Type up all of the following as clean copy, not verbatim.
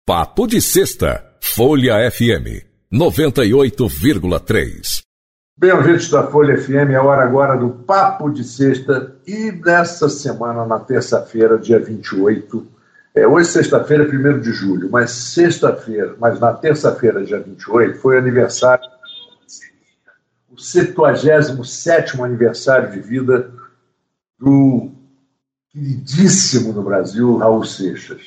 Papo de Sexta, Folha FM 98,3. Bem, ouvintes da Folha FM, é hora agora do Papo de Sexta. E nessa semana, na terça-feira, dia 28, hoje sexta-feira é 1º de julho, mas na terça-feira, dia 28, foi aniversário, o 77º aniversário de vida do queridíssimo no Brasil, Raul Seixas.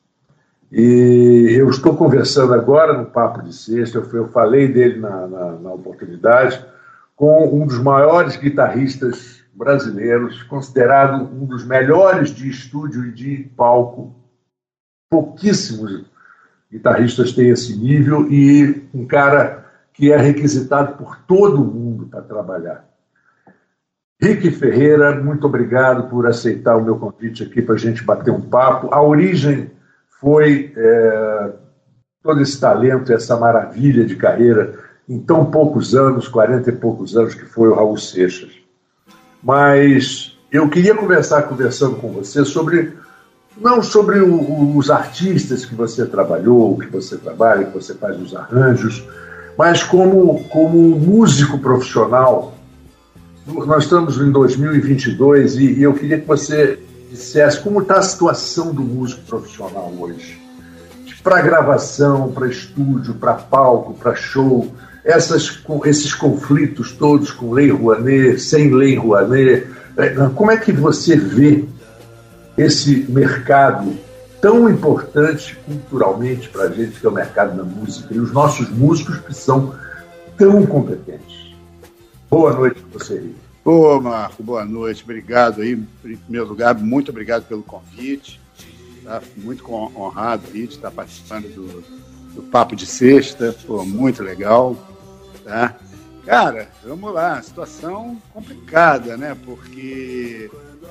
E eu estou conversando agora no Papo de Sexta, eu falei dele na oportunidade, com um dos maiores guitarristas brasileiros, considerado um dos melhores de estúdio e de palco. Pouquíssimos guitarristas têm esse nível e um cara que é requisitado por todo mundo para trabalhar. Rick Ferreira, muito obrigado por aceitar o meu convite aqui para a gente bater um papo. A origem foi todo esse talento, essa maravilha de carreira em tão poucos anos, 40 e poucos anos, que foi o Raul Seixas. Mas eu queria começar conversando com você não sobre os artistas que você trabalhou, que você trabalha, que você faz os arranjos, mas como músico profissional. Nós estamos em 2022 e eu queria que você dissesse como está a situação do músico profissional hoje. Para gravação, para estúdio, para palco, para show, esses conflitos todos com Lei Rouanet, sem Lei Rouanet. Como é que você vê esse mercado tão importante culturalmente para a gente, que é o mercado da música, e os nossos músicos que são tão competentes? Boa noite para você, Rick. Ô, Marco, boa noite. Obrigado aí. Em primeiro lugar, muito obrigado pelo convite. Tá? Muito honrado aí de estar participando do Papo de Sexta. Pô, muito legal. Tá? Cara, vamos lá. Situação complicada, né? Porque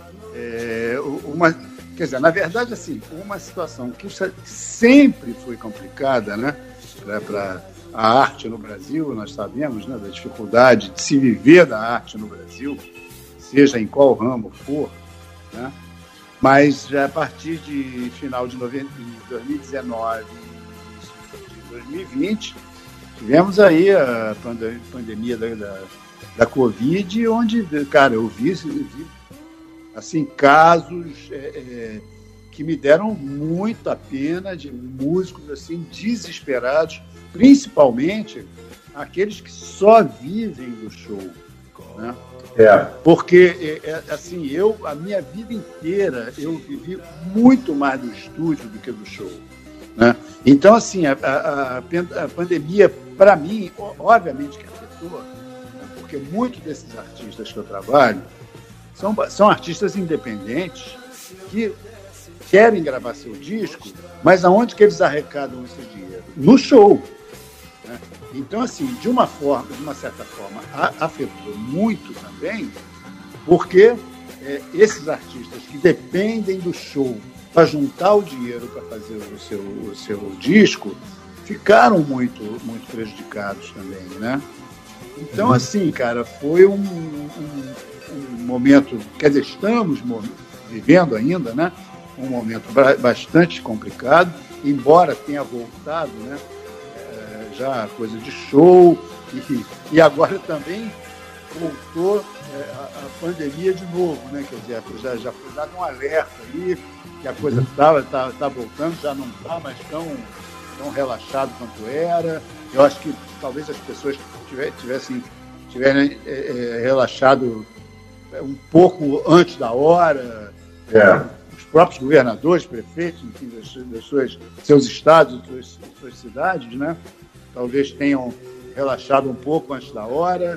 quer dizer, na verdade, assim, uma situação que sempre foi complicada, né? Para a arte no Brasil, nós sabemos, né, da dificuldade de se viver da arte no Brasil, seja em qual ramo for, né? Mas já a partir de final de 2019 e de 2020, tivemos aí a pandemia da Covid, onde, cara, eu vi assim, casos que me deram muita pena, de músicos assim desesperados, principalmente aqueles que só vivem do show, né? Porque assim, a minha vida inteira eu vivi muito mais do estúdio do que do show, né? Então, assim, a pandemia, para mim, obviamente que afetou, né? Porque muitos desses artistas que eu trabalho são artistas independentes que querem gravar seu disco, mas aonde que eles arrecadam esse dinheiro? No show, né? Então, assim, de uma certa forma, afetou muito também, porque esses artistas que dependem do show para juntar o dinheiro para fazer o seu disco ficaram muito, muito prejudicados também, né? Então, assim, cara, foi um momento, quer dizer, estamos vivendo ainda, né? Um momento bastante complicado, embora tenha voltado, né? Já coisa de show, e agora também voltou a pandemia de novo, né? Quer dizer, já foi dado um alerta aí, que a coisa está voltando, já não está mais tão relaxado quanto era. Eu acho que talvez as pessoas tiverem relaxado um pouco antes da hora. Os próprios governadores, prefeitos, enfim, seus estados, suas cidades, né? Talvez tenham relaxado um pouco antes da hora,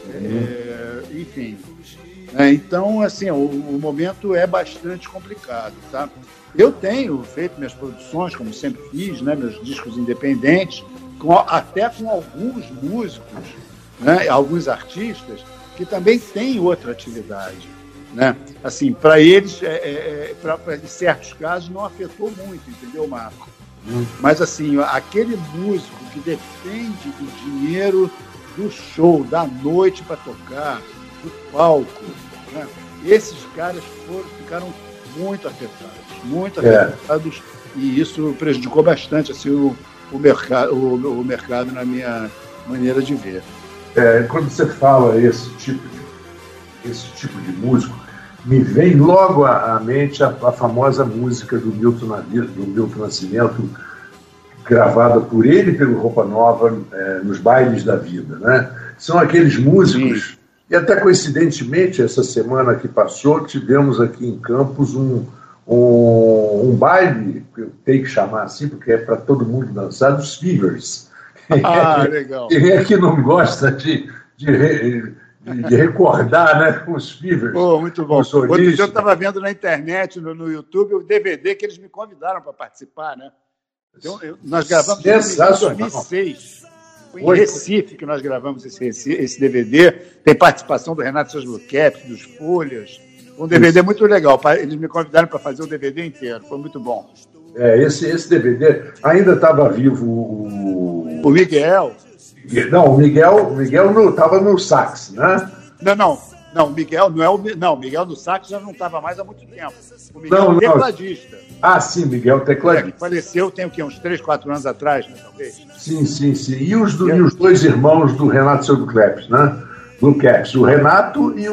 enfim. Né? Então, assim, o momento é bastante complicado, tá? Eu tenho feito minhas produções, como sempre fiz, né? Meus discos independentes, até com alguns músicos, né? Alguns artistas que também têm outra atividade, né? Assim, para eles, em certos casos, não afetou muito, entendeu, Marco? Mas, assim, aquele músico que depende do dinheiro do show, da noite para tocar, do palco, né? Esses caras ficaram muito afetados, e isso prejudicou bastante assim, o mercado na minha maneira de ver. Quando você fala esse tipo de músico, me vem logo à mente a famosa música do Milton Nascimento, gravada por ele e pelo Roupa Nova nos bailes da vida, né? São aqueles músicos. Sim. E até coincidentemente, essa semana que passou, tivemos aqui em Campos um baile, que eu tenho que chamar assim, porque é para todo mundo dançar, dos Fevers. Legal. Quem é que não gosta de recordar, né, os Fevers? Muito bom. Outro dia eu estava vendo na internet, no YouTube, o DVD que eles me convidaram para participar, né? Então, nós gravamos em 2006. Foi em Recife que nós gravamos esse DVD. Tem participação do Renato Seus Blue Caps, dos Folhas. Um DVD muito legal. Eles me convidaram para fazer o DVD inteiro. Foi muito bom. Esse DVD ainda estava vivo o Miguel. Não, o Miguel estava no sax, né? Não, o Miguel não é o. Não, o Miguel do sax já não estava mais há muito tempo. O Miguel é o tecladista. Ah, sim, Miguel tecladista. Que faleceu tem o quê? Uns 3, 4 anos atrás, né, talvez? Sim. E os dois irmãos do Renato Seu Blue Caps, né? Blue Caps. O Renato e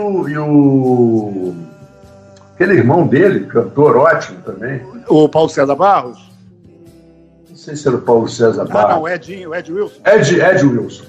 o aquele irmão dele, cantor ótimo também. O Paulo César Barros? Não sei se era o Paulo César Barros. Não, o Ed Wilson. Ed Wilson.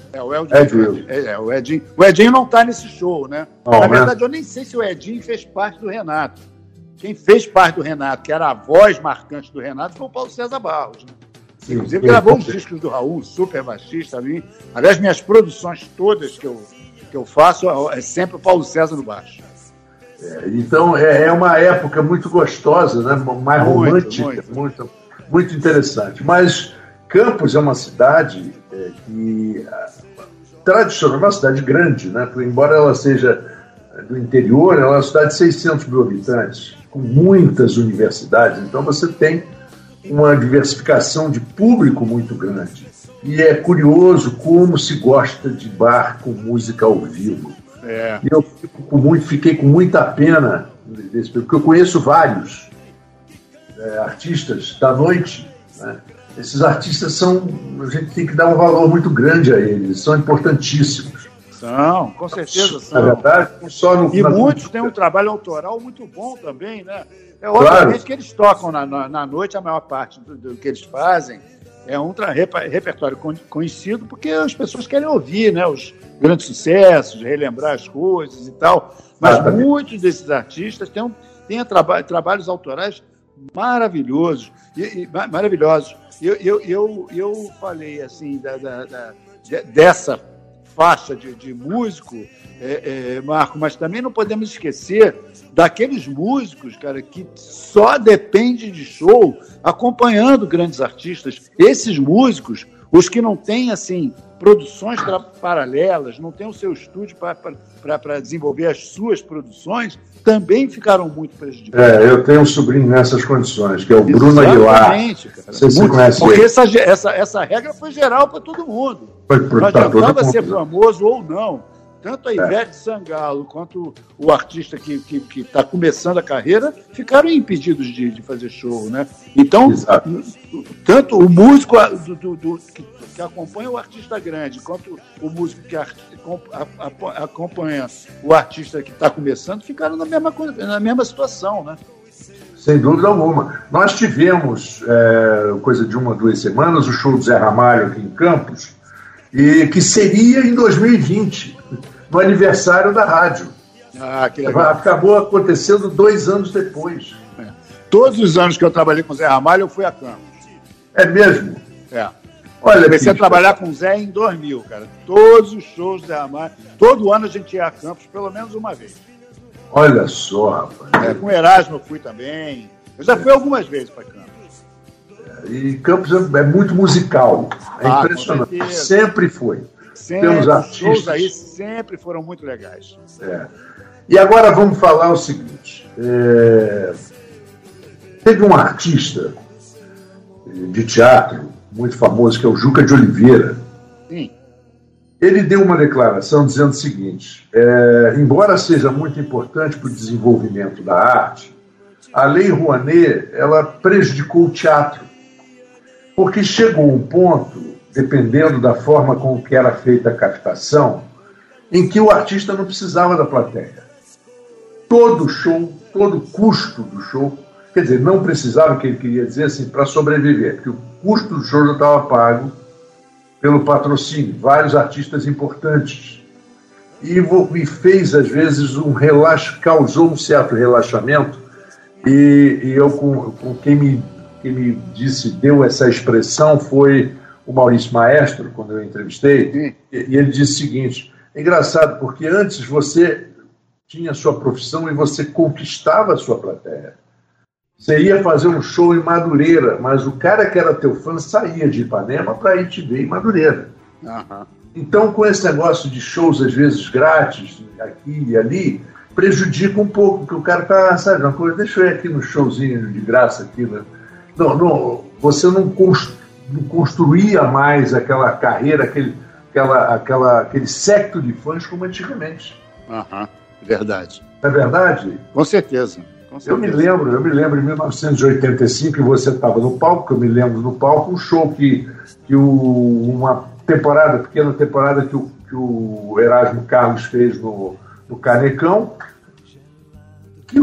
O Edinho. O Edinho não está nesse show, né? Não, na verdade, eu nem sei se o Edinho fez parte do Renato. Quem fez parte do Renato, que era a voz marcante do Renato, foi o Paulo César Barros, né? Sim, inclusive gravou os discos do Raul, super baixista ali. Aliás, minhas produções todas que eu faço é sempre o Paulo César no baixo. Então, é uma época muito gostosa, né? Mais romântica, muito interessante. Mas Campos é uma cidade que, tradicionalmente, é uma cidade grande, né? Porque, embora ela seja do interior, ela é uma cidade de 600 mil habitantes, com muitas universidades. Então, você tem uma diversificação de público muito grande. E é curioso como se gosta de bar com música ao vivo. E eu fiquei com muita pena desse, porque eu conheço vários artistas da noite, né? Esses artistas a gente tem que dar um valor muito grande a eles, são importantíssimos. São, com certeza são. Na verdade, muitos têm um trabalho autoral muito bom também, né? Obviamente que eles tocam na noite, a maior parte do que eles fazem é um repertório conhecido, porque as pessoas querem ouvir, né, os grandes sucessos, relembrar as coisas e tal. Mas muitos desses artistas têm trabalhos autorais maravilhosos. Maravilhosos. Eu falei assim dessa faixa de músico, Marco, mas também não podemos esquecer daqueles músicos, cara, que só dependem de show acompanhando grandes artistas. Esses músicos, os que não têm assim produções paralelas, não têm o seu estúdio para desenvolver as suas produções, também ficaram muito prejudicados. Eu tenho um sobrinho nessas condições, que é o Bruno Aguilar. Você conhece porque essa regra foi geral para todo mundo. Não adiantava ser famoso ou não. Tanto a Ivete Sangalo quanto o artista que está começando a carreira ficaram impedidos de fazer show, né? Então, tanto o músico que acompanha o artista grande, quanto o músico que acompanha o artista que está começando, ficaram na mesma situação, né? Sem dúvida alguma. Nós tivemos, coisa de 1 ou 2 semanas, o show do Zé Ramalho aqui em Campos, e que seria em 2020, no aniversário da rádio. Que legal. Acabou acontecendo 2 anos depois. Todos os anos que eu trabalhei com o Zé Ramalho, eu fui a Campos. É mesmo? Olha, comecei a trabalhar com o Zé em 2000, cara. Todos os shows do Zé Ramalho, todo ano a gente ia a Campos pelo menos uma vez. Olha só, rapaz. Com o Erasmo eu fui também. Eu já fui algumas vezes para Campos. E Campos é muito musical. É impressionante. Sempre foi. Temos artistas. Os shows aí sempre foram muito legais. E agora vamos falar o seguinte. Teve um artista de teatro muito famoso, que é o Juca de Oliveira. Sim. Ele deu uma declaração dizendo o seguinte: embora seja muito importante para o desenvolvimento da arte, a Lei Rouanet, ela prejudicou o teatro, porque chegou um ponto, dependendo da forma com que era feita a captação, em que o artista não precisava da plateia. Todo show, todo custo do show, quer dizer, não precisava, que ele queria dizer assim, para sobreviver, porque o custo do show já estava pago pelo patrocínio, vários artistas importantes. E fez, às vezes, causou um certo relaxamento, e eu, com quem me deu essa expressão foi o Maurício Maestro, quando eu entrevistei, e ele disse o seguinte: é engraçado, porque antes você tinha a sua profissão e você conquistava a sua plateia. Você ia fazer um show em Madureira, mas o cara que era teu fã saía de Ipanema para ir te ver em Madureira. Uhum. Então, com esse negócio de shows, às vezes, grátis, aqui e ali, prejudica um pouco, porque o cara tá, sabe, uma coisa, deixa eu ir aqui no showzinho de graça aqui, né? Não, você não construía mais aquela carreira, aquele séquito de fãs como antigamente. Aham, verdade. É verdade? Com certeza. Eu me lembro, em 1985, que você estava no palco, eu me lembro no palco, um show uma pequena temporada que o Erasmo Carlos fez no Canecão, que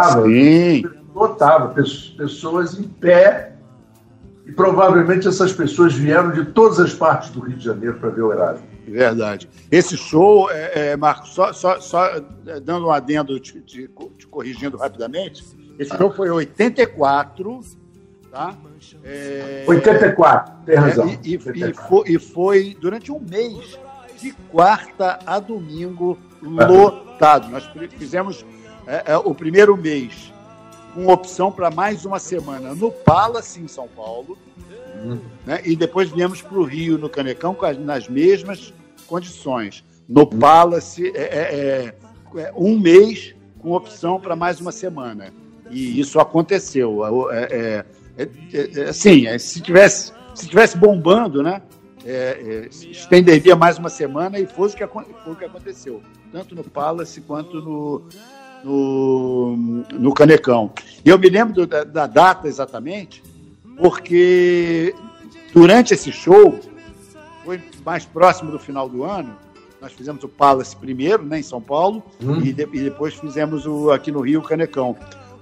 lotava pessoas em pé, e provavelmente essas pessoas vieram de todas as partes do Rio de Janeiro para ver o Erasmo. Verdade. Esse show, Marcos, só dando um adendo, te corrigindo rapidamente, esse show foi em 84, tá? 84, tem razão. E foi durante um mês, de quarta a domingo, lotado. Nós fizemos o primeiro mês com opção para mais uma semana no Palace, em São Paulo, né? E depois viemos para o Rio, no Canecão, nas mesmas condições. No Palace, um mês com opção para mais uma semana. E isso aconteceu. Assim, se tivesse bombando, né? Estenderia mais uma semana, e foi o que aconteceu, tanto no Palace quanto no Canecão. E eu me lembro da data exatamente, porque durante esse show, foi mais próximo do final do ano, nós fizemos o Palace primeiro, né, em São Paulo, e depois fizemos aqui no Rio, o Canecão.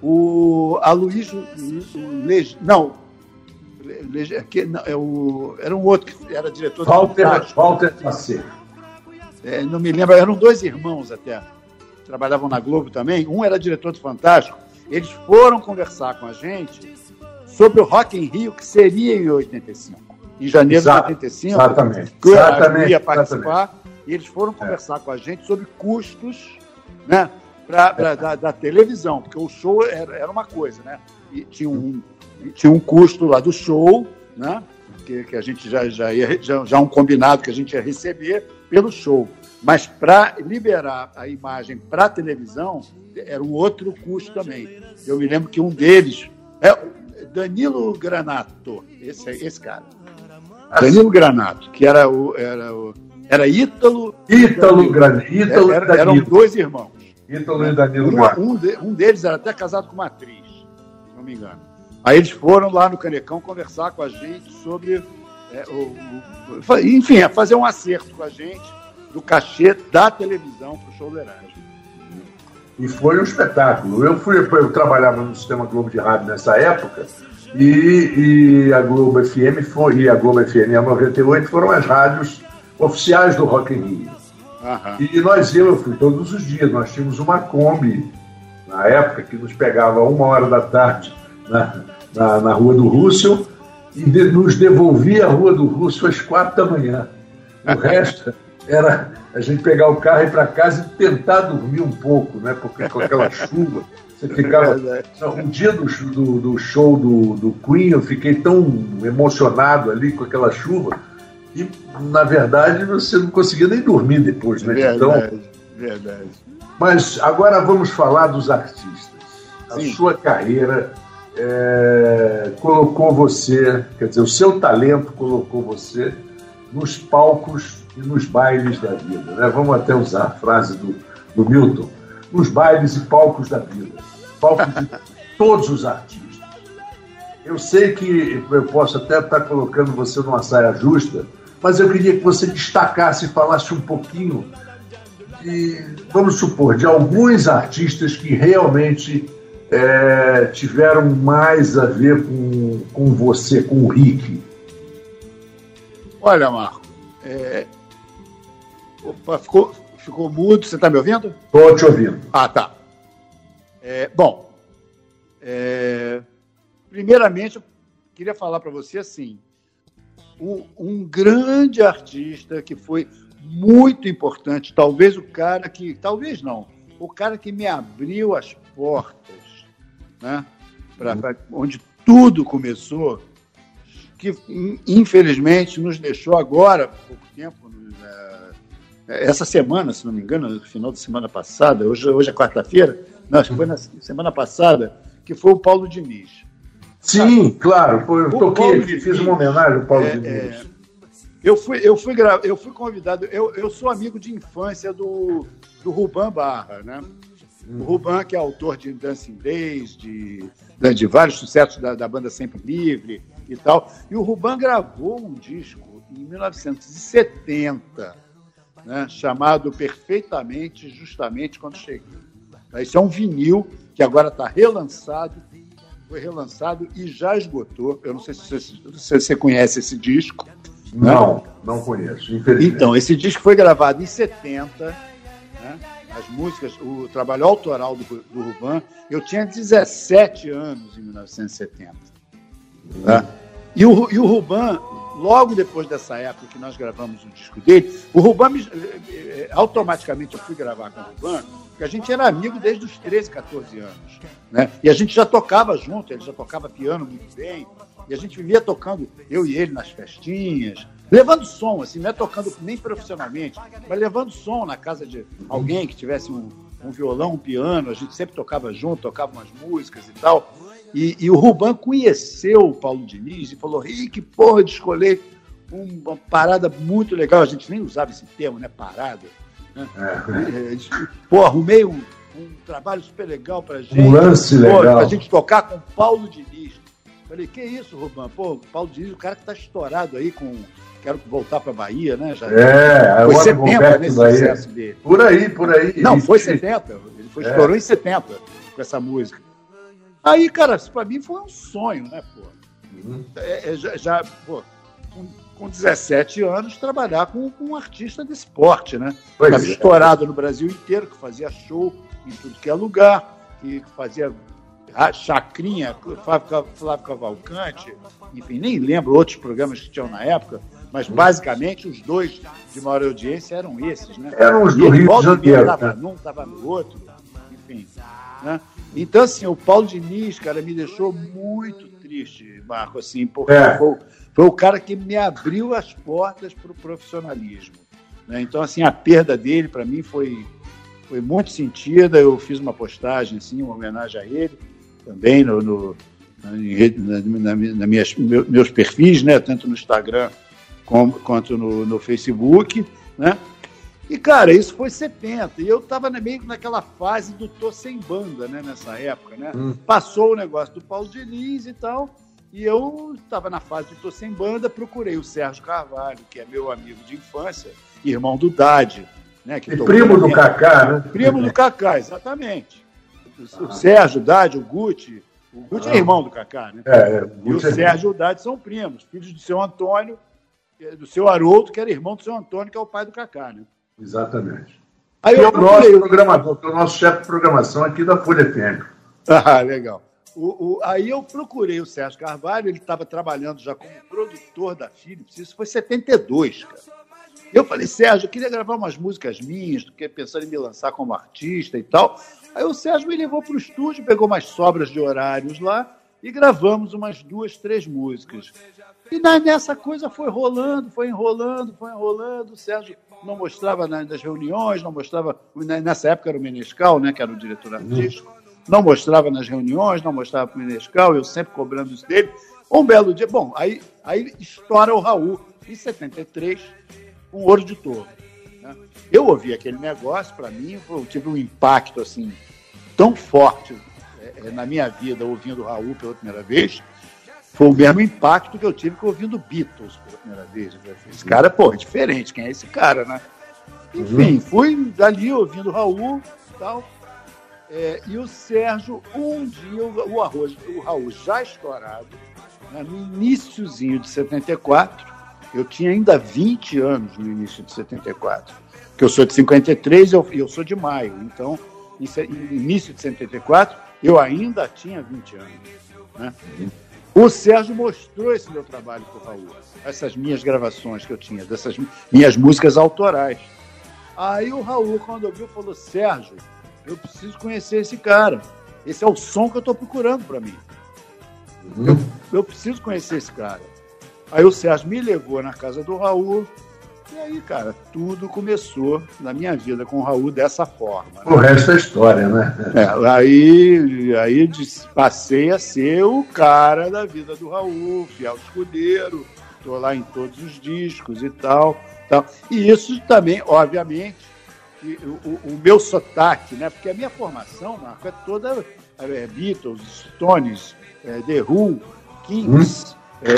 Era um outro que era diretor do Walter Macedo. Não me lembro, eram dois irmãos até, trabalhavam na Globo também. Um era diretor do Fantástico. Eles foram conversar com a gente sobre o Rock in Rio, que seria em 85, em janeiro de 85. Exatamente. Que eu ia participar, e eles foram conversar com a gente sobre custos, né, da televisão, porque o show era uma coisa, né? E tinha um custo lá do show, né? Que a gente já um combinado que a gente ia receber pelo show. Mas para liberar a imagem para a televisão, era um outro custo também. Eu me lembro que um deles Danilo Granato, esse cara. Danilo Granato, que era Ítalo. Eram dois irmãos. Ítalo e Danilo. Um deles era até casado com uma atriz, se não me engano. Aí eles foram lá no Canecão conversar com a gente sobre, enfim, fazer um acerto com a gente do cachê da televisão para o show do Erasmo. E foi um espetáculo. Eu trabalhava no Sistema Globo de Rádio nessa época, e a Globo FM e a Globo FM e a 98 foram as rádios oficiais do Rock in Rio. E eu fui todos os dias. Nós tínhamos uma Kombi, na época, que nos pegava 1h da tarde na Rua do Russell, e nos devolvia à Rua do Russell às 4 da manhã. O resto era a gente pegar o carro e ir para casa e tentar dormir um pouco, né? Porque com aquela chuva, você ficava... Um dia do show do Queen, eu fiquei tão emocionado ali com aquela chuva, e, na verdade, você não conseguia nem dormir depois, né? Verdade. Mas agora vamos falar dos artistas. A sua carreira colocou você, quer dizer, o seu talento colocou você nos palcos e nos bailes da vida, né? Vamos até usar a frase do Milton: nos bailes e palcos da vida. todos os artistas. Eu sei que eu posso até estar colocando você numa saia justa, mas eu queria que você destacasse e falasse um pouquinho vamos supor, de alguns artistas que realmente tiveram mais a ver com você, com o Rick. Olha, Marco, opa, ficou mudo, você está me ouvindo? Estou te ouvindo. Ah, tá. Bom, primeiramente, eu queria falar para você assim, um grande artista que foi muito importante, talvez o cara que me abriu as portas, né, pra onde tudo começou, que infelizmente nos deixou agora, há pouco tempo, essa semana, se não me engano, no final da semana passada, hoje é quarta-feira, não, acho que foi na semana passada, que foi o Paulo Diniz. Sim, claro, eu toquei aqui, fiz uma homenagem ao Paulo Diniz. Eu fui convidado, eu sou amigo de infância do Rubam Barra, né? O Rubam, que é autor de Dancing Days, de vários sucessos da banda Sempre Livre e tal. E o Rubam gravou um disco em 1970, né, chamado Perfeitamente, Justamente Quando Cheguei. Esse é um vinil que agora está foi relançado e já esgotou. Eu não sei se você conhece esse disco. Não conheço, infelizmente. Então, esse disco foi gravado em 70, né? As músicas, o trabalho autoral do Rubam. Eu tinha 17 anos em 1970. Tá? E o Rubam, logo depois dessa época que nós gravamos o disco dele, o Rubam, automaticamente eu fui gravar com o Rubam, porque a gente era amigo desde os 13, 14 anos. Né? E a gente já tocava junto, ele já tocava piano muito bem, e a gente vivia tocando, eu e ele, nas festinhas, levando som, assim, não é tocando nem profissionalmente, mas levando som na casa de alguém que tivesse um violão, um piano, a gente sempre tocava junto, tocava umas músicas e tal. E o Rubam conheceu o Paulo Diniz e falou: Rick, porra, de escolher uma parada muito legal. A gente nem usava esse termo, né? Parada. Né? Pô, arrumei um trabalho super legal pra gente. Um lance legal. Pra gente tocar com o Paulo Diniz. Falei, que isso, Rubam? Pô, o Paulo Diniz, o cara que tá estourado aí com... Quero voltar pra Bahia, né? Foi 70 nesse sucesso dele. Por aí. Não, foi 70. Ele estourou em 70 com essa música. Aí, cara, isso pra mim foi um sonho, né, pô? Com 17 anos, trabalhar com um artista desse porte, né? Estava estourado no Brasil inteiro, que fazia show em tudo que é lugar, que fazia chacrinha, Flávio Cavalcante, enfim, nem lembro outros programas que tinham na época, mas basicamente os dois de maior audiência eram esses, né? Eram os do Rio de Janeiro. Estava num, estava no outro, enfim, né? Então, assim, o Paulo Diniz, cara, me deixou muito triste, Marco, assim, porque foi o cara que me abriu as portas para o profissionalismo, né? Então, assim, a perda dele, para mim, foi muito sentida. Eu fiz uma postagem, assim, uma homenagem a ele, também meus perfis, né? Tanto no Instagram quanto no Facebook, né? E, cara, isso foi 70, e eu estava meio naquela fase do tô sem banda, né, nessa época, né? Passou o negócio do Paulo Diniz e tal, e eu estava na fase do tô sem banda, procurei o Sérgio Carvalho, que é meu amigo de infância, irmão do Dade, né? Que primo do Kaká, né? Primo do Kaká, exatamente. O Sérgio, o Dade, o Guti é irmão do Kaká, né? E o Sérgio e o Dade são primos, filhos do seu Antônio, do seu Haroldo, que era irmão do seu Antônio, que é o pai do Kaká, né? Exatamente. Aí é o nosso programador, que é o nosso chefe de programação aqui da Folha FM. Ah, legal. Aí eu procurei o Sérgio Carvalho, ele estava trabalhando já como produtor da Philips, isso foi em 72, cara. Eu falei, Sérgio, eu queria gravar umas músicas minhas, tu quer pensar em me lançar como artista e tal. Aí o Sérgio me levou para o estúdio, pegou umas sobras de horários lá e gravamos umas 2, 3 músicas. E nessa coisa foi enrolando. O Sérgio não mostrava nas reuniões, não mostrava... Nessa época era o Menescal, né, que era o diretor artístico. Não mostrava nas reuniões, não mostrava para o Menescal, eu sempre cobrando isso dele. Um belo dia... Bom, aí estoura o Raul, em 73, com Ouro de Touro. Né? Eu ouvi aquele negócio, para mim, eu tive um impacto assim, tão forte na minha vida ouvindo Raul pela primeira vez, foi o mesmo impacto que eu tive que ouvindo Beatles pela primeira vez. Esse cara, pô, é diferente, quem é esse cara, né? Enfim, fui ali ouvindo Raul e tal. E o Sérgio, um dia, o Raul já estourado, né, no iniciozinho de 74, eu tinha ainda 20 anos no início de 74, porque eu sou de 53 e eu sou de maio, então, no início de 74, eu ainda tinha 20 anos. Né? O Sérgio mostrou esse meu trabalho para o Raul, essas minhas gravações que eu tinha, dessas minhas músicas autorais. Aí o Raul, quando ouviu, falou: Sérgio, eu preciso conhecer esse cara. Esse é o som que eu estou procurando para mim. Eu preciso conhecer esse cara. Aí o Sérgio me levou na casa do Raul. E aí, cara, tudo começou na minha vida com o Raul dessa forma. Né? O resto é história, né? Aí passei a ser o cara da vida do Raul, fiel escudeiro. Estou lá em todos os discos e tal. E isso também, obviamente, o meu sotaque, né? Porque a minha formação, Marco, é toda Beatles, Stones, The Who, Kings,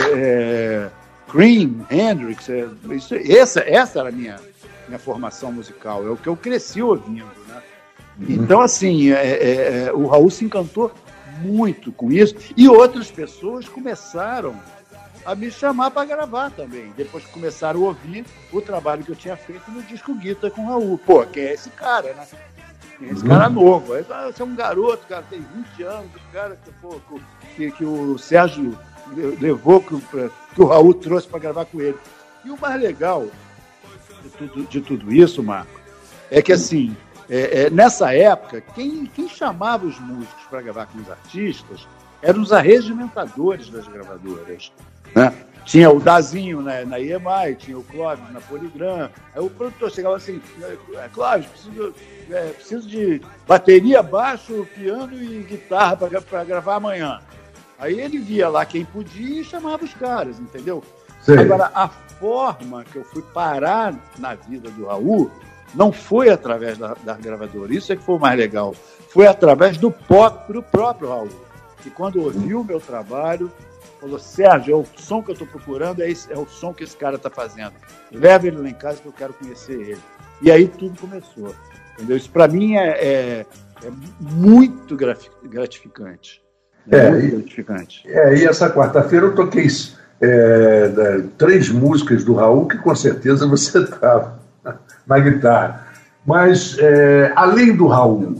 Cream, Hendrix. Essa era a minha formação musical, é o que eu cresci ouvindo. Né? Então, assim, o Raul se encantou muito com isso e outras pessoas começaram a me chamar para gravar também, depois que começaram a ouvir o trabalho que eu tinha feito no disco Guitar com o Raul. Pô, quem é esse cara, né? Quem é esse cara novo? Você é um garoto, cara, tem 20 anos, cara que o Sérgio levou, que o Raul trouxe para gravar com ele. E o mais legal de tudo isso, Marco, é que, assim, nessa época, quem chamava os músicos para gravar com os artistas eram os arregimentadores das gravadoras. Né? Tinha o Dazinho na EMI, tinha o Clóvis na Polygram. Aí o produtor chegava assim: Clóvis, preciso de bateria, baixo, piano e guitarra para gravar amanhã. Aí ele via lá quem podia e chamava os caras, entendeu? Sim. Agora, a forma que eu fui parar na vida do Raul não foi através da gravadora. Isso é que foi o mais legal. Foi através do próprio Raul. E quando ouviu o meu trabalho, falou: Sérgio, é o som que eu estou procurando, é o som que esse cara está fazendo. Leva ele lá em casa que eu quero conhecer ele. E aí tudo começou. Entendeu? Isso para mim é muito gratificante. Muito gratificante. E essa quarta-feira eu toquei 3 músicas do Raul, que com certeza você estava na guitarra. Mas, além do Raul,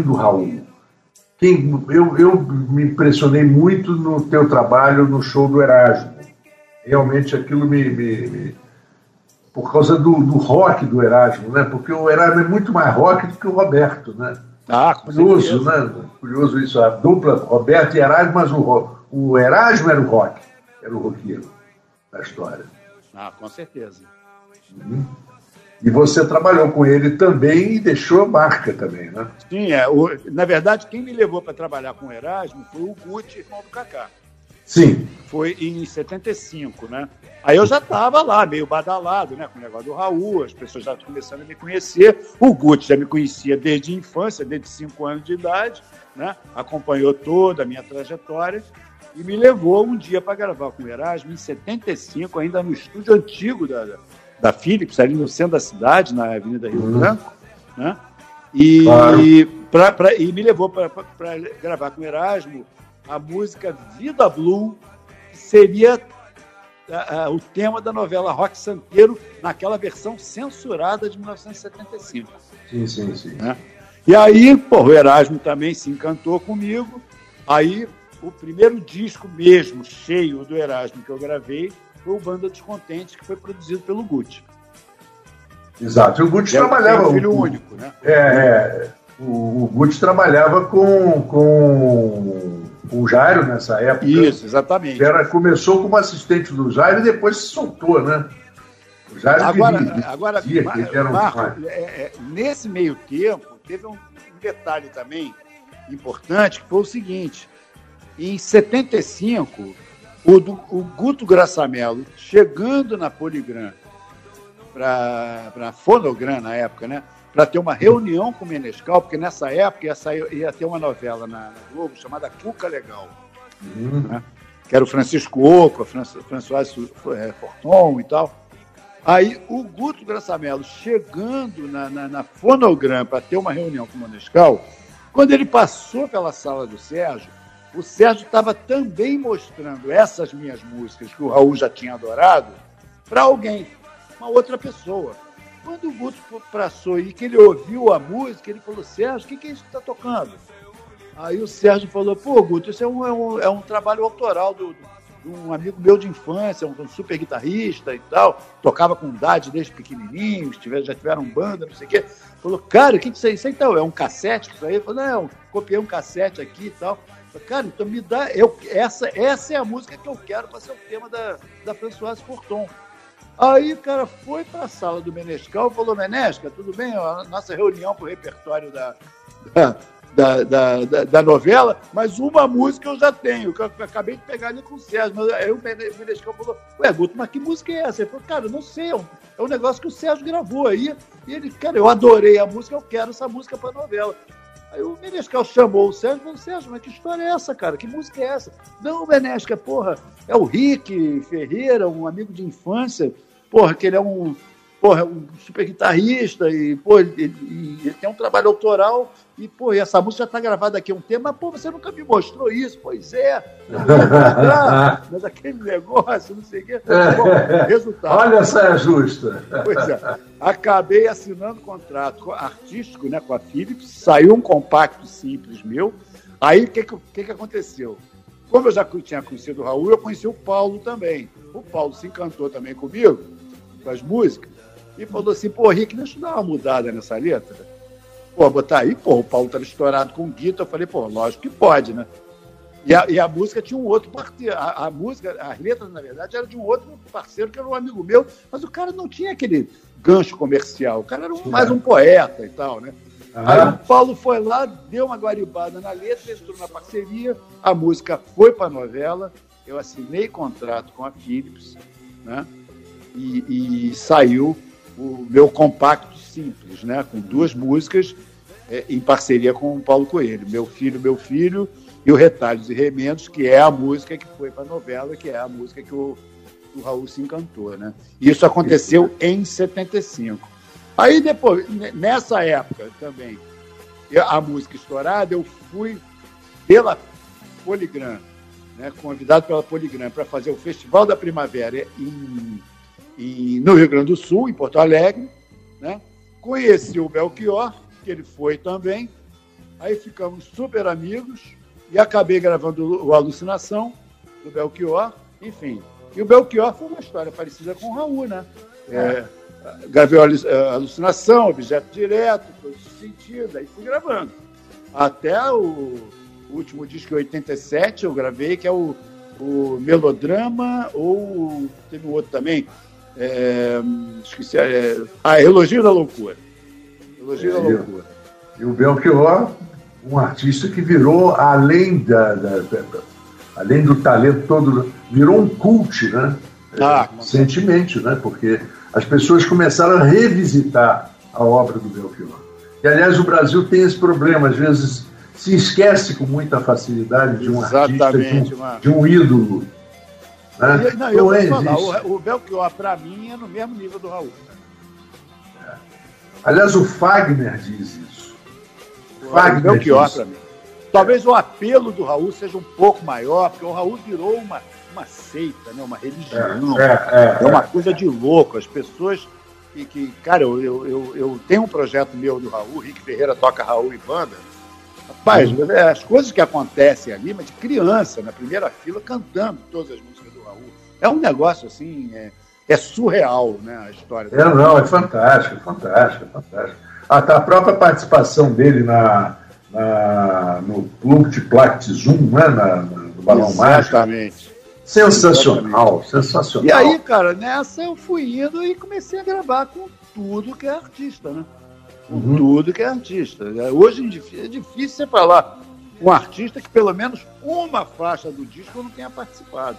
eu me impressionei muito no teu trabalho no show do Erasmo. Realmente aquilo por causa do rock do Erasmo, né? Porque o Erasmo é muito mais rock do que o Roberto, né? Curioso, né? Curioso isso, a dupla Roberto e Erasmo, mas o Erasmo era o rock, era o roqueiro da história. Com certeza. E você trabalhou com ele também e deixou marca também, né? Sim, na verdade, quem me levou para trabalhar com o Erasmo foi o Guti, irmão do Cacá. Sim. Foi em 75, né? Aí eu já estava lá, meio badalado, né? Com o negócio do Raul, as pessoas já começando a me conhecer. O Guti já me conhecia desde a infância, desde 5 anos de idade, né? Acompanhou toda a minha trajetória e me levou um dia para gravar com o Erasmo, em 75, ainda no estúdio antigo da Philips, ali no centro da cidade, na Avenida Rio Branco, né? E, claro. E me levou para gravar com o Erasmo a música Vida Blue, que seria o tema da novela Rock Santeiro, naquela versão censurada de 1975. Sim. Né? E aí, o Erasmo também se encantou comigo. Aí, o primeiro disco mesmo, cheio do Erasmo que eu gravei, foi o Banda dos Contentes, que foi produzido pelo Guti. Exato. O Guti trabalhava... o filho único, né? O Guti trabalhava com o Jairo nessa época. Isso, exatamente. Começou como assistente do Jairo e depois se soltou, né? O Jairo agora Marco, nesse meio tempo, teve um detalhe também importante, que foi o seguinte: em 75, o Guto Graçamelo, chegando na Polygram, para Fonogram na época, né? para ter uma reunião com o Menescal, porque nessa época ia ter uma novela na Globo chamada Cuca Legal, né? Que era o Francisco Oco, a Françoise Forton e tal. Aí o Guto Graça Mello, chegando na Fonogram para ter uma reunião com o Menescal, quando ele passou pela sala do Sérgio, o Sérgio estava também mostrando essas minhas músicas, que o Raul já tinha adorado, para alguém, uma outra pessoa. Quando o Guto passou e que ele ouviu a música, ele falou: Sérgio, o que é isso que está tocando? Aí o Sérgio falou: pô, Guto, isso é um trabalho autoral de um amigo meu de infância, um super guitarrista e tal, tocava com idade desde pequenininho, já tiveram banda, não sei o quê. Falou: cara, o que é isso aí? Então, é um cassete? Isso aí? Ele falou: não, copiei um cassete aqui e tal. Falei: cara, então me dá, essa é a música que eu quero para ser o tema da Françoise Forton. Aí o cara foi para a sala do Menescal e falou: Menesca, tudo bem? A nossa reunião para o repertório da novela, mas uma música eu já tenho, que eu acabei de pegar ali com o Sérgio. Mas aí o Menescal falou: ué, Guto, mas que música é essa? Ele falou: cara, não sei, é um negócio que o Sérgio gravou aí. E ele: cara, eu adorei a música, eu quero essa música para a novela. Aí o Menescal chamou o Sérgio e falou: Sérgio, mas que história é essa, cara? Que música é essa? Não, Menesca, porra, é o Rick Ferreira, um amigo de infância, porra, que ele é um super guitarrista e, pô, ele tem um trabalho autoral e, pô, e essa música já está gravada aqui há um tempo, mas, pô, você nunca me mostrou isso. Pois é, mas aquele negócio, não sei o quê. Bom, resultado. Olha essa justa. Pois é, acabei assinando contrato artístico, né, com a Philips, saiu um compacto simples meu. Aí, o que aconteceu? Como eu já tinha conhecido o Raul, eu conheci o Paulo também. O Paulo se encantou também comigo, com as músicas, e falou assim: pô, Rick, deixa eu dar uma mudada nessa letra. Pô, botar aí, pô, o Paulo estava estourado com guitarra. Eu falei: pô, lógico que pode, né? E a música tinha um outro parceiro. A música, as letras, na verdade, eram de um outro parceiro, que era um amigo meu, mas o cara não tinha aquele gancho comercial. O cara era mais um poeta e tal, né? Aí o Paulo foi lá, deu uma guaribada na letra, entrou na parceria, a música foi para a novela, eu assinei contrato com a Philips, né? E saiu o meu compacto simples, né? Com 2 músicas em parceria com o Paulo Coelho, Meu Filho e o Retalhos e Remendos, que é a música que foi para a novela, que é a música que o Raul se encantou, né? Isso aconteceu em 75. Aí depois, nessa época também, a música estourada, eu fui pela Poligram, né, convidado pela Poligram para fazer o Festival da Primavera no Rio Grande do Sul, em Porto Alegre, né? Conheci o Belchior, que ele foi também, aí ficamos super amigos e acabei gravando o Alucinação do Belchior, enfim. E o Belchior foi uma história parecida com o Raul, né? Gravei a Alucinação, Objeto Direto, Todo Sentido, aí fui gravando. Até o último disco, em 87, eu gravei, que é o Melodrama, ou teve um outro também, esqueci, Elogio da Loucura. Elogio da Loucura. E o Belchior, um artista que virou, além além do talento todo, virou um cult, né? Recentemente, né? Porque as pessoas começaram a revisitar a obra do Belchior. E, aliás, o Brasil tem esse problema, às vezes se esquece com muita facilidade de um artista, de um ídolo. Né? Não, eu vou falar, o Belchior, para mim, é no mesmo nível do Raul. Aliás, o Fagner diz isso. O Belchior, para mim. Talvez o apelo do Raul seja um pouco maior, porque o Raul virou uma seita, né? Uma religião. É uma coisa de louco. As pessoas cara, eu tenho um projeto meu do Raul, Rick Ferreira toca Raul e banda. Rapaz, as coisas que acontecem ali, mas de criança, na primeira fila, cantando todas as músicas do Raul. É um negócio assim, é surreal, né? A história. É fantástico, fantástico, fantástico. A própria participação dele no Clube de Plaque Zoom, né? No Balão Mágico. Exatamente. Sensacional, sensacional. E aí, cara, nessa eu fui indo e comecei a gravar com tudo que é artista, né? Com tudo que é artista. Hoje é difícil você falar um artista que pelo menos uma faixa do disco eu não tenha participado.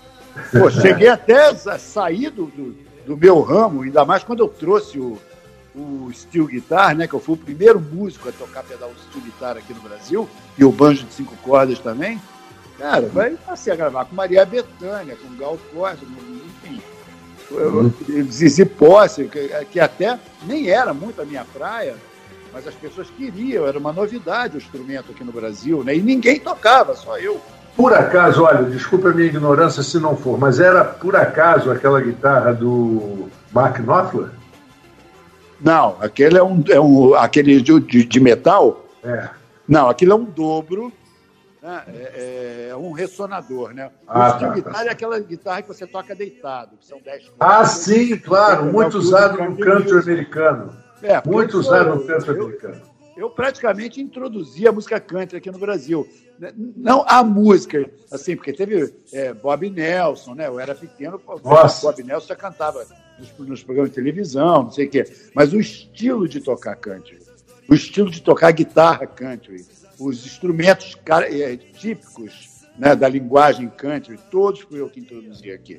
Pô, cheguei até a sair do meu ramo, ainda mais quando eu trouxe o o steel guitar, né, que eu fui o primeiro músico a tocar pedal steel guitar aqui no Brasil, e o banjo de 5 cordas também. Cara, vai passei a gravar com Maria Bethânia, com Gal Costa, enfim. Zizi Posse, que até nem era muito a minha praia, mas as pessoas queriam, era uma novidade o instrumento aqui no Brasil, né? E ninguém tocava, só eu. Por acaso, olha, desculpa a minha ignorância se não for, mas era por acaso aquela guitarra do Mark Knopfler? Não, aquele aquele de metal? É. Não, aquilo é um dobro, né? É um ressonador, né? O steel guitar é aquela guitarra que você toca deitado, que são 10 cordas. Sim, claro, muito usado no country americano. Muito usado no country americano. Eu praticamente introduzi a música country aqui no Brasil. Não a música, assim, porque teve Bob Nelson, né? Eu era pequeno, Bob Nelson já cantava nos programas de televisão, não sei o quê. Mas o estilo de tocar country, o estilo de tocar guitarra country, os instrumentos típicos, né, da linguagem country, todos fui eu que introduzi aqui.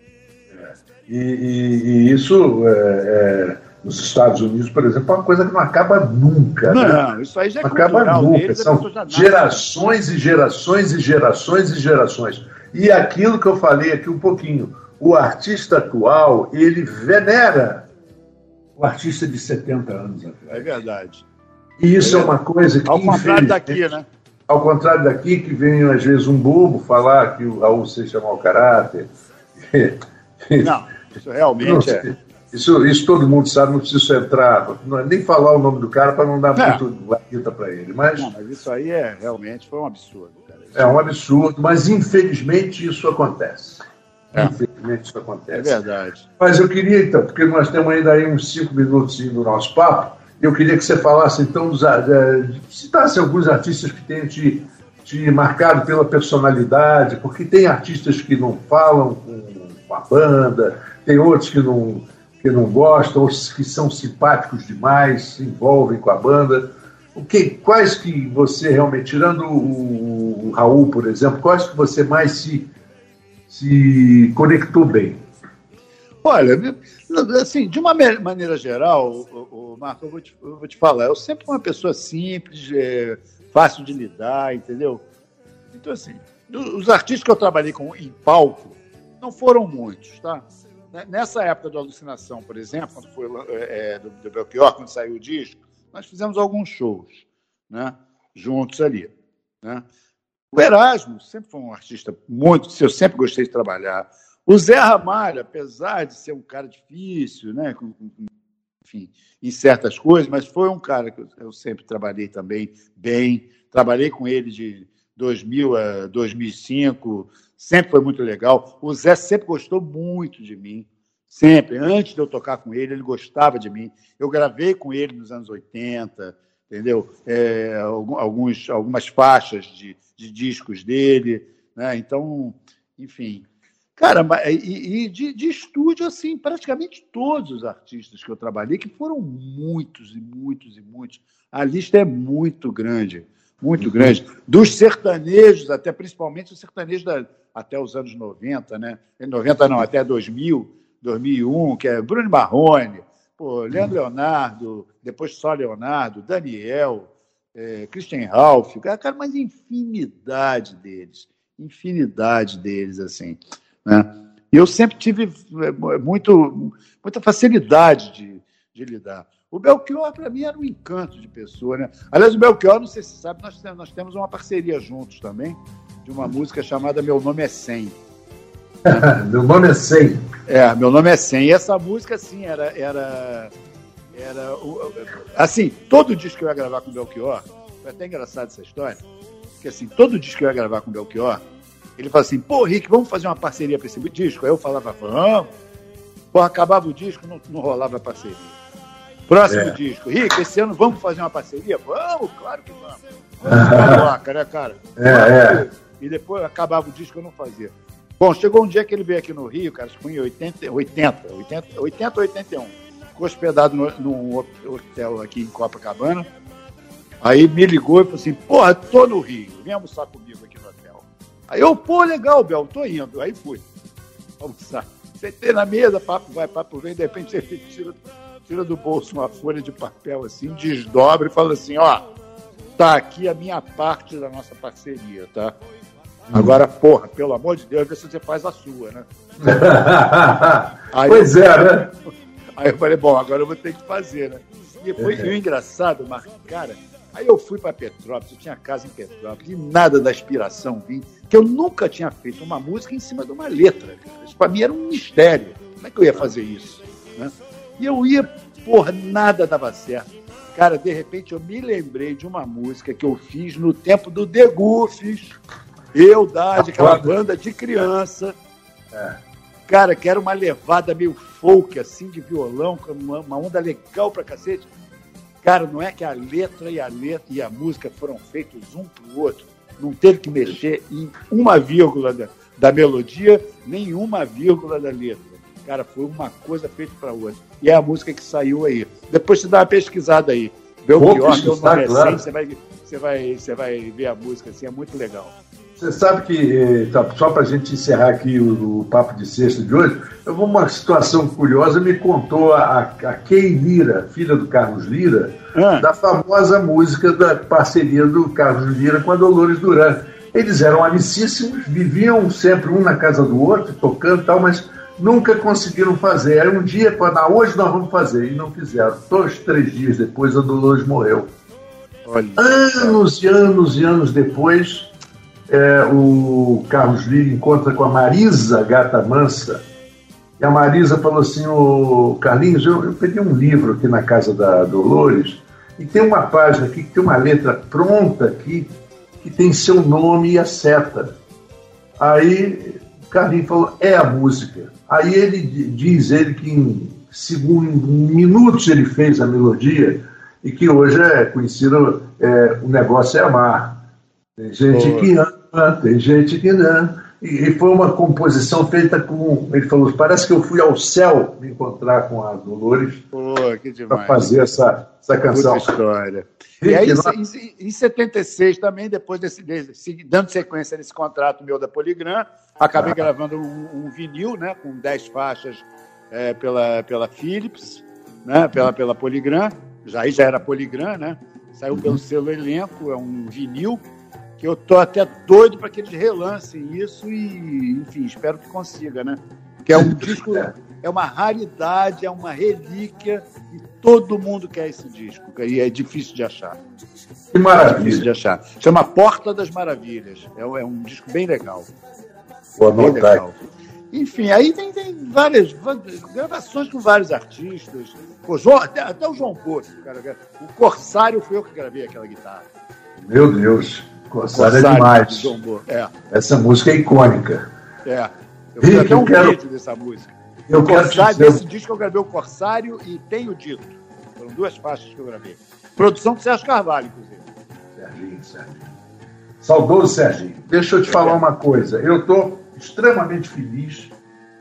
E isso, nos Estados Unidos, por exemplo, é uma coisa que não acaba nunca. Não, né? Isso aí já é não acaba nunca. deles, são gerações e gerações e gerações e gerações. E aquilo que eu falei aqui um pouquinho, o artista atual, ele venera o artista de 70 anos atrás. É verdade. E isso é uma coisa que, ao contrário daqui, né? Ao contrário daqui, que vem, às vezes, um bobo falar que o Raul Seixas é mau caráter. Não, isso realmente é. Isso todo mundo sabe, não preciso entrar, nem falar o nome do cara para não dar muito guarita para ele. Mas isso aí realmente foi um absurdo. Cara. É um absurdo, mas infelizmente isso acontece. Infelizmente isso acontece. É verdade. Mas eu queria, então, porque nós temos ainda aí uns 5 minutos do nosso papo, eu queria que você falasse, então, citasse alguns artistas que tenham te marcado pela personalidade, porque tem artistas que não falam com a banda, tem outros que não gostam, ou que são simpáticos demais, se envolvem com a banda. Quais que você realmente, tirando o Raul, por exemplo, quais que você mais se conectou bem? Olha, assim, de uma maneira geral, Marco, eu vou te falar, eu sempre fui uma pessoa simples, fácil de lidar, entendeu? Então, assim, os artistas que eu trabalhei em palco não foram muitos, tá? Nessa época do Alucinação, por exemplo, quando foi do Belchior, quando saiu o disco, nós fizemos alguns shows, né, juntos ali, né? O Erasmo sempre foi um artista eu sempre gostei de trabalhar. O Zé Ramalho, apesar de ser um cara difícil, né, enfim, em certas coisas, mas foi um cara que eu sempre trabalhei também bem. Trabalhei com ele de 2000 a 2005, sempre foi muito legal. O Zé sempre gostou muito de mim, sempre. Antes de eu tocar com ele, ele gostava de mim. Eu gravei com ele nos anos 80, entendeu? Algumas faixas de discos dele, né? Então, enfim. Cara, e de estúdio, assim, praticamente todos os artistas que eu trabalhei, que foram muitos e muitos e muitos. A lista é muito grande, muito grande. Dos sertanejos, até principalmente os sertanejos até os anos 90, né? 90 não, até 2000, 2001, que é Bruno Marrone, Leandro Leonardo, depois só Leonardo, Daniel, Christian Ralph, cara, mas infinidade deles, assim, né? E eu sempre tive muita facilidade de lidar. O Belchior, para mim, era um encanto de pessoa, né? Aliás, o Belchior, não sei se você sabe, nós temos uma parceria juntos também, de uma música chamada Meu Nome é 100. Meu nome é 100. Meu nome é 100. E essa música, assim, assim, todo disco que eu ia gravar com o Belchior, foi até engraçado essa história, porque, assim, todo disco que eu ia gravar com o Belchior, ele falava assim, Rick, vamos fazer uma parceria para esse disco? Aí eu falava, vamos. Acabava o disco, não rolava parceria. Próximo disco, Rick, esse ano vamos fazer uma parceria? Vamos, claro que vamos. Caraca, né, cara? E depois acabava o disco, eu não fazia. Bom, chegou um dia que ele veio aqui no Rio, cara, foi em 80 ou 81. Ficou hospedado num hotel aqui em Copacabana. Aí me ligou e falou assim, tô no Rio, vem almoçar comigo aqui no hotel. Aí eu, legal, Bel, tô indo. Aí fui almoçar. Sentei na mesa, papo vai, papo vem, de repente você tira do bolso uma folha de papel assim, desdobra e fala assim, ó, tá aqui a minha parte da nossa parceria, tá? Agora, porra, pelo amor de Deus, vê se você faz a sua, né? Pois né? Aí eu falei, bom, agora eu vou ter que fazer, né? E foi o engraçado, Marco, cara, aí eu fui para Petrópolis, eu tinha casa em Petrópolis, e nada da inspiração vinha, que eu nunca tinha feito uma música em cima de uma letra. Isso para mim era um mistério. Como é que eu ia fazer isso? Né? E eu ia, porra, nada dava certo. Cara, de repente eu me lembrei de uma música que eu fiz no tempo do The Goofs, aquela banda de criança. Cara, que era uma levada meio folk, assim, de violão, com uma onda legal pra cacete. Cara, não é que a letra e a música foram feitos um pro outro. Não teve que mexer em uma vírgula da melodia, nem uma vírgula da letra. Cara, foi uma coisa feita para outra. E é a música que saiu aí. Depois você dá uma pesquisada aí. Belchior, meu nome é claro. Você vai ver a música, assim, é muito legal. Você sabe que, só para a gente encerrar aqui o Papo de Sexta de hoje, uma situação curiosa me contou a Kay Lira, filha do Carlos Lira, da famosa música da parceria do Carlos Lira com a Dolores Duran. Eles eram amicíssimos, viviam sempre um na casa do outro, tocando e tal, mas nunca conseguiram fazer. Aí um dia, hoje nós vamos fazer, e não fizeram. 2, 3 dias depois, a Dolores morreu. Olha. Anos e anos e anos depois, o Carlos Lira encontra com a Marisa Gata Mansa, e a Marisa falou assim, Carlinhos, eu peguei um livro aqui na casa da Dolores, e tem uma página aqui que tem uma letra pronta aqui, que tem seu nome e a seta. Aí o Carlinhos falou, é a música. Aí ele diz que em minutos ele fez a melodia, e que hoje é conhecido, o negócio é amar. Tem gente que ama, tem gente que não. E foi uma composição feita com... Ele falou, parece que eu fui ao céu me encontrar com a Dolores para fazer essa canção. Puta história. E aí, em 76 também, depois dando sequência nesse contrato meu da Polygram, acabei gravando um vinil, né, com 10 faixas pela Philips, né, pela Polygram. Já era Polygram, né? Saiu pelo selo Elenco, é um vinil que eu tô até doido para que eles relancem isso e, enfim, espero que consiga, né? Que é um disco, é uma raridade, é uma relíquia e todo mundo quer esse disco, e é difícil de achar. Que maravilha. É difícil de achar. Chama Porta das Maravilhas. É um disco bem legal. Vou anotar. Enfim, aí tem várias gravações com vários artistas. Até o João Bosco, cara. O Corsário foi eu que gravei aquela guitarra. Meu Deus, Corsário é demais. Essa música é icônica. Eu fiz até um vídeo dessa música. Desse disco eu gravei o Corsário e Tenho Dito. Foram 2 faixas que eu gravei. Produção do Sérgio Carvalho, inclusive. Serginho. Saudoso Serginho. Deixa eu te falar uma coisa. Eu estou extremamente feliz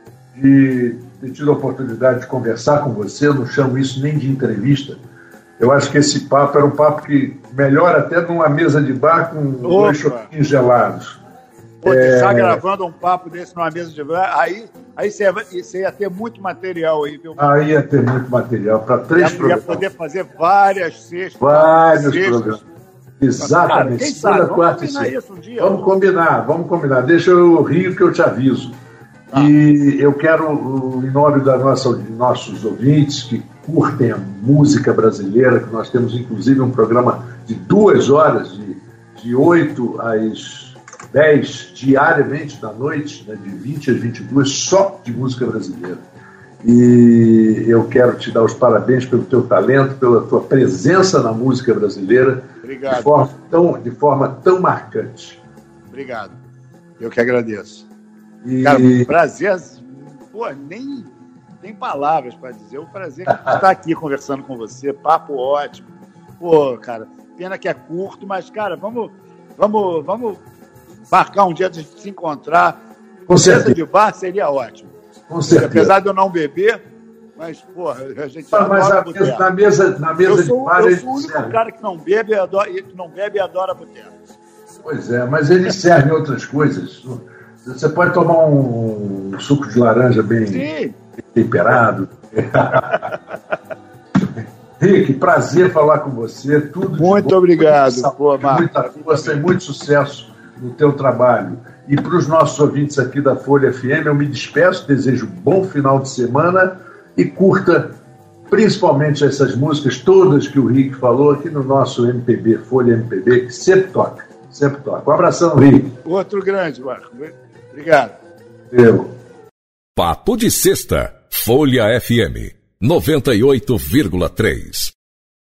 de ter tido a oportunidade de conversar com você. Eu não chamo isso nem de entrevista. Eu acho que esse papo era um papo que melhor até numa mesa de bar com 2 chopinhos gelados. Pô, estar gravando um papo desse numa mesa de bar, aí você ia ter muito material aí, viu? Aí ia ter muito material para 3 programas. Ia poder fazer várias sextas. Vários programas. Exatamente. Quem sabe? Vamos combinar isso um dia. Vamos combinar. Deixa eu rir que eu te aviso. E eu quero, em nome de nossos ouvintes que curtem a música brasileira, que nós temos inclusive um programa de 2 horas, de 8 às 10, diariamente da noite, né, de 20 às 22, só de música brasileira. E eu quero te dar os parabéns pelo teu talento, pela tua presença na música brasileira. Obrigado. De forma tão marcante. Obrigado. Eu que agradeço. Cara, um prazer, nem tem palavras para dizer. É um prazer estar aqui conversando com você, papo ótimo. Pô, cara, pena que é curto, mas, cara, vamos marcar um dia de se encontrar. Com certeza. De bar seria ótimo. Com certeza. Apesar de eu não beber, mas, porra, a gente na mesa de bar... Eu sou o único cara que não bebe e adora boteco. Pois é, mas eles servem outras coisas. Você pode tomar um suco de laranja bem temperado. Rick, prazer falar com você. Tudo muito obrigado. Muita força e muito sucesso no teu trabalho. E para os nossos ouvintes aqui da Folha FM, eu me despeço, desejo um bom final de semana e curta principalmente essas músicas todas que o Rick falou aqui no nosso MPB, Folha MPB, que sempre toca, sempre toca. Um abração, Rick. Outro grande, Marco. Obrigado. Eu. Papo de Sexta, Folha FM 98,3.